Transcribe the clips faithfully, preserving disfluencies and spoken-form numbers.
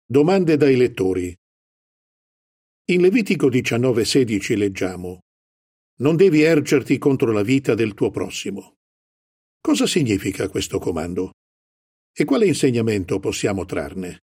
Domande dai lettori. In Levitico diciannove sedici leggiamo: non devi ergerti contro la vita del tuo prossimo. Cosa significa questo comando? E quale insegnamento possiamo trarne?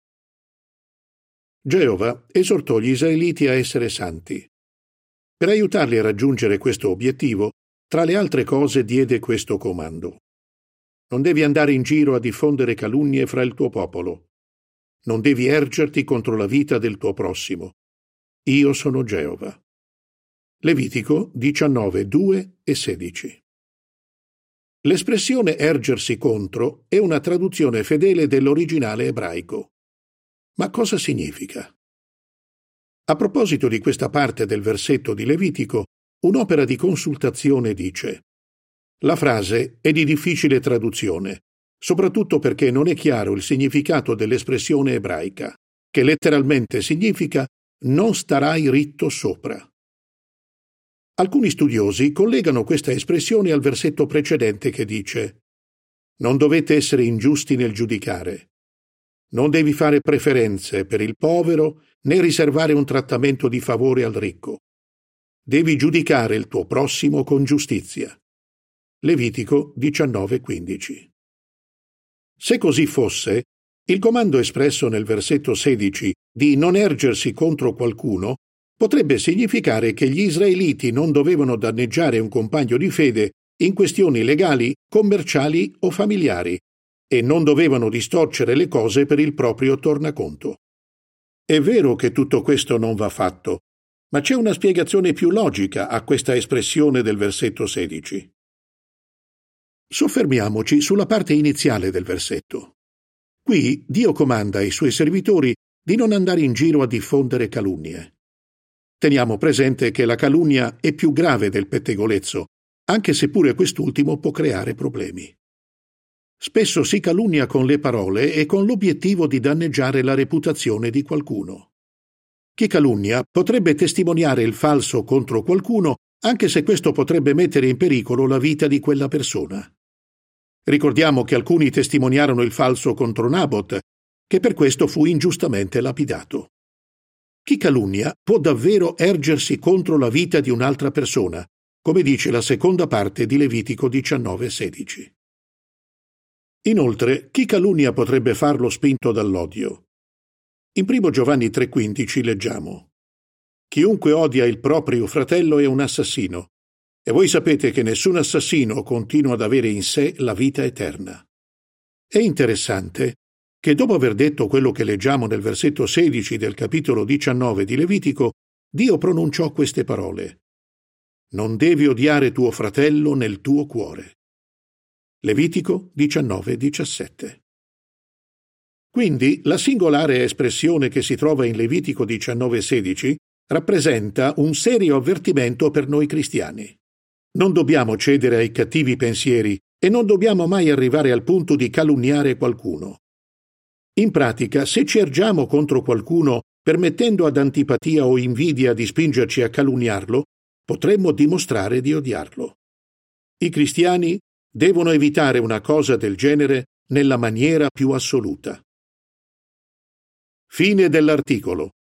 Geova esortò gli israeliti a essere santi. Per aiutarli a raggiungere questo obiettivo, tra le altre cose diede questo comando: non devi andare in giro a diffondere calunnie fra il tuo popolo. Non devi ergerti contro la vita del tuo prossimo. Io sono Geova. Levitico diciannove due e sedici. L'espressione ergersi contro è una traduzione fedele dell'originale ebraico. Ma cosa significa? A proposito di questa parte del versetto di Levitico, un'opera di consultazione dice: la frase è di difficile traduzione, soprattutto perché non è chiaro il significato dell'espressione ebraica, che letteralmente significa non starai ritto sopra. Alcuni studiosi collegano questa espressione al versetto precedente che dice: non dovete essere ingiusti nel giudicare. Non devi fare preferenze per il povero né riservare un trattamento di favore al ricco. Devi giudicare il tuo prossimo con giustizia. Levitico diciannove quindici. Se così fosse, il comando espresso nel versetto sedici di non ergersi contro qualcuno potrebbe significare che gli israeliti non dovevano danneggiare un compagno di fede in questioni legali, commerciali o familiari e non dovevano distorcere le cose per il proprio tornaconto. È vero che tutto questo non va fatto, ma c'è una spiegazione più logica a questa espressione del versetto sedici. Soffermiamoci sulla parte iniziale del versetto. Qui Dio comanda ai suoi servitori di non andare in giro a diffondere calunnie. Teniamo presente che la calunnia è più grave del pettegolezzo, anche se pure quest'ultimo può creare problemi. Spesso si calunnia con le parole e con l'obiettivo di danneggiare la reputazione di qualcuno. Chi calunnia potrebbe testimoniare il falso contro qualcuno, anche se questo potrebbe mettere in pericolo la vita di quella persona. Ricordiamo che alcuni testimoniarono il falso contro Nabot, che per questo fu ingiustamente lapidato. Chi calunnia può davvero ergersi contro la vita di un'altra persona, come dice la seconda parte di Levitico diciannove sedici. Inoltre, chi calunnia potrebbe farlo spinto dall'odio. In primo Giovanni tre quindici leggiamo: chiunque odia il proprio fratello è un assassino, e voi sapete che nessun assassino continua ad avere in sé la vita eterna. È interessante che dopo aver detto quello che leggiamo nel versetto sedici del capitolo diciannove di Levitico, Dio pronunciò queste parole: non devi odiare tuo fratello nel tuo cuore. Levitico diciannove diciassette. Quindi la singolare espressione che si trova in Levitico diciannove sedici rappresenta un serio avvertimento per noi cristiani. Non dobbiamo cedere ai cattivi pensieri e non dobbiamo mai arrivare al punto di calunniare qualcuno. In pratica, se ci ergiamo contro qualcuno permettendo ad antipatia o invidia di spingerci a calunniarlo, potremmo dimostrare di odiarlo. I cristiani devono evitare una cosa del genere nella maniera più assoluta. Fine dell'articolo.